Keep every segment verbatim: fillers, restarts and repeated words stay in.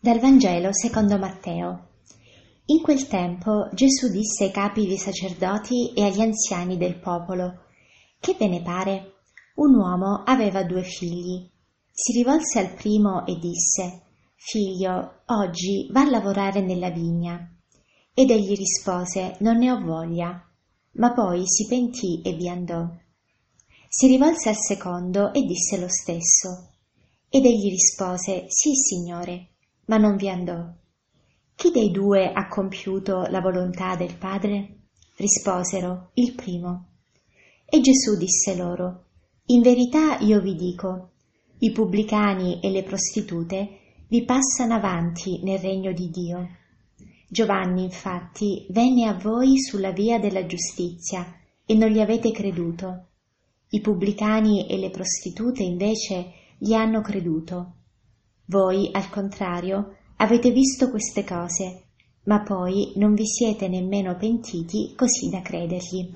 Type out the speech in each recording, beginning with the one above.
Dal Vangelo secondo Matteo. In quel tempo Gesù disse ai capi dei sacerdoti e agli anziani del popolo: «Che ve ne pare? Un uomo aveva due figli. Si rivolse al primo e disse: Figlio, oggi va a lavorare nella vigna. Ed egli rispose: Non ne ho voglia. Ma poi si pentì e vi andò. Si rivolse al secondo e disse lo stesso. Ed egli rispose: Sì, Signore. Ma non vi andò. Chi dei due ha compiuto la volontà del Padre? Risposero: il primo. E Gesù disse loro: In verità io vi dico, i pubblicani e le prostitute vi passano avanti nel regno di Dio. Giovanni, infatti, venne a voi sulla via della giustizia e non gli avete creduto. I pubblicani e le prostitute, invece, gli hanno creduto. Voi, al contrario, avete visto queste cose, ma poi non vi siete nemmeno pentiti così da credergli.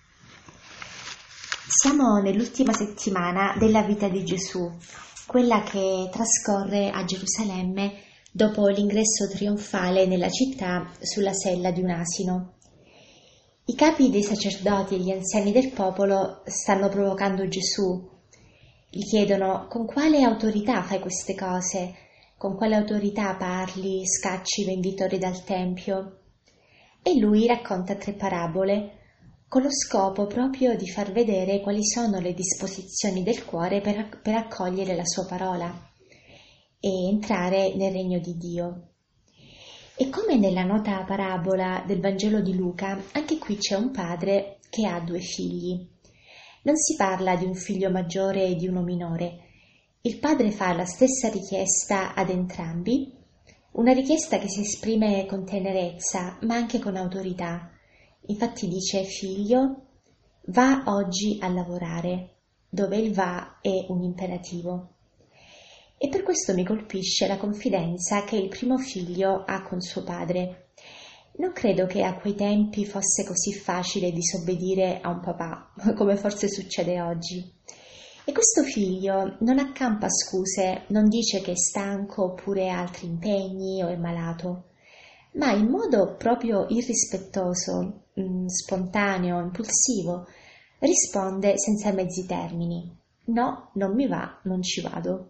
Siamo nell'ultima settimana della vita di Gesù, quella che trascorre a Gerusalemme dopo l'ingresso trionfale nella città sulla sella di un asino. I capi dei sacerdoti e gli anziani del popolo stanno provocando Gesù. Gli chiedono: con quale autorità fai queste cose? Con quale autorità parli, scacci i venditori dal tempio? E lui racconta tre parabole con lo scopo proprio di far vedere quali sono le disposizioni del cuore per, per accogliere la sua parola e entrare nel regno di Dio. E come nella nota parabola del Vangelo di Luca, anche qui c'è un padre che ha due figli. Non si parla di un figlio maggiore e di uno minore. Il padre fa la stessa richiesta ad entrambi, una richiesta che si esprime con tenerezza, ma anche con autorità. Infatti dice: figlio, va oggi a lavorare, dove il va è un imperativo. E per questo mi colpisce la confidenza che il primo figlio ha con suo padre. Non credo che a quei tempi fosse così facile disobbedire a un papà, come forse succede oggi. E questo figlio non accampa scuse, non dice che è stanco oppure ha altri impegni o è malato, ma in modo proprio irrispettoso, mh, spontaneo, impulsivo, risponde senza mezzi termini: no, non mi va, non ci vado.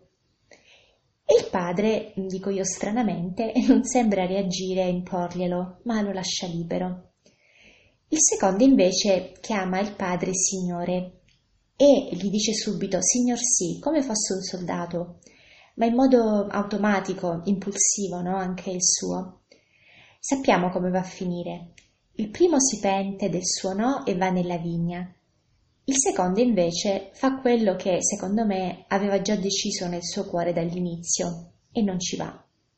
E il padre, dico io stranamente, non sembra reagire a imporglielo, ma lo lascia libero. Il secondo invece chiama il padre Signore e gli dice subito: Signor sì, come fosse un soldato, ma in modo automatico, impulsivo, no? Anche il suo. Sappiamo come va a finire. Il primo si pente del suo no e va nella vigna. Il secondo invece fa quello che, secondo me, aveva già deciso nel suo cuore dall'inizio e non ci va.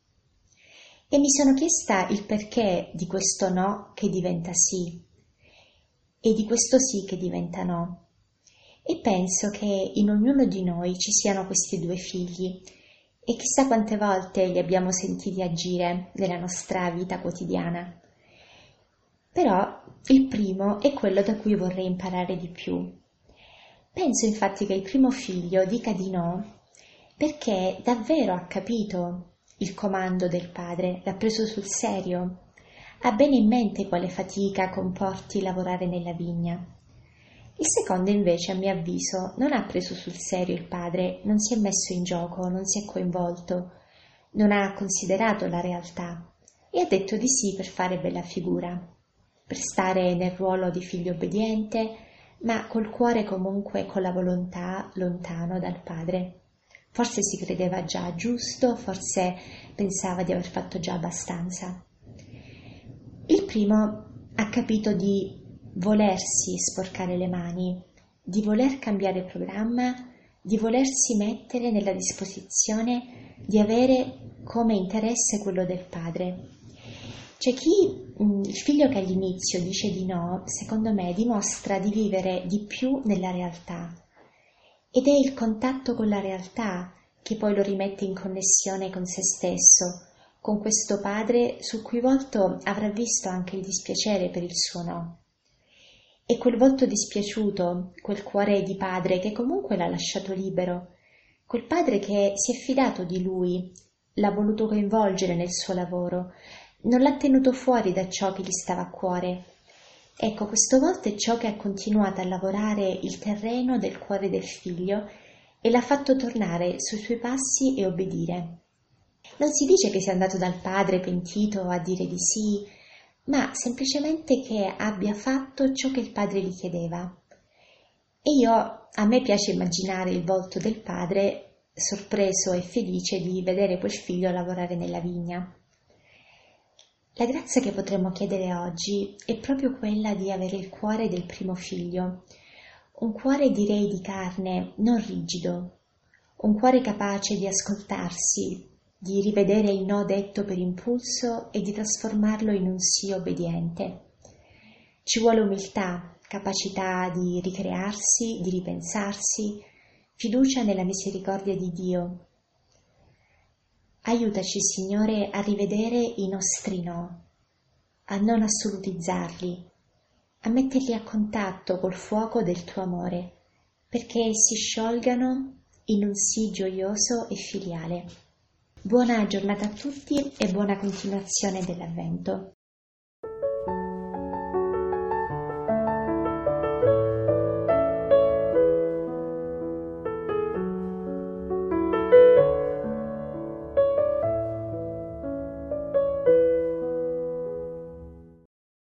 E mi sono chiesta il perché di questo no che diventa sì e di questo sì che diventa no. E penso che in ognuno di noi ci siano questi due figli e chissà quante volte li abbiamo sentiti agire nella nostra vita quotidiana. Però il primo è quello da cui vorrei imparare di più. Penso infatti che il primo figlio dica di no perché davvero ha capito il comando del padre, l'ha preso sul serio, ha bene in mente quale fatica comporti lavorare nella vigna. Il secondo invece, a mio avviso, non ha preso sul serio il padre, non si è messo in gioco, non si è coinvolto, non ha considerato la realtà e ha detto di sì per fare bella figura, per stare nel ruolo di figlio obbediente, ma col cuore comunque con la volontà lontano dal padre. Forse si credeva già giusto, forse pensava di aver fatto già abbastanza. Il primo ha capito di volersi sporcare le mani, di voler cambiare programma, di volersi mettere nella disposizione di avere come interesse quello del padre. C'è chi, il figlio che all'inizio dice di no, secondo me dimostra di vivere di più nella realtà. Ed è il contatto con la realtà che poi lo rimette in connessione con se stesso, con questo padre sul cui volto avrà visto anche il dispiacere per il suo no. E quel volto dispiaciuto, quel cuore di padre che comunque l'ha lasciato libero, quel padre che si è fidato di lui l'ha voluto coinvolgere nel suo lavoro, non l'ha tenuto fuori da ciò che gli stava a cuore. Ecco, questo volta è ciò che ha continuato a lavorare il terreno del cuore del figlio e l'ha fatto tornare sui suoi passi e obbedire. Non si dice che sia andato dal padre pentito a dire di sì, ma semplicemente che abbia fatto ciò che il padre gli chiedeva. E io, a me piace immaginare il volto del padre sorpreso e felice di vedere quel figlio lavorare nella vigna. La grazia che potremmo chiedere oggi è proprio quella di avere il cuore del primo figlio, un cuore direi di carne, non rigido, un cuore capace di ascoltarsi, di rivedere il no detto per impulso e di trasformarlo in un sì obbediente. Ci vuole umiltà, capacità di ricrearsi, di ripensarsi, fiducia nella misericordia di Dio. Aiutaci, Signore, a rivedere i nostri no, a non assolutizzarli, a metterli a contatto col fuoco del tuo amore, perché si sciolgano in un sì gioioso e filiale. Buona giornata a tutti e buona continuazione dell'Avvento.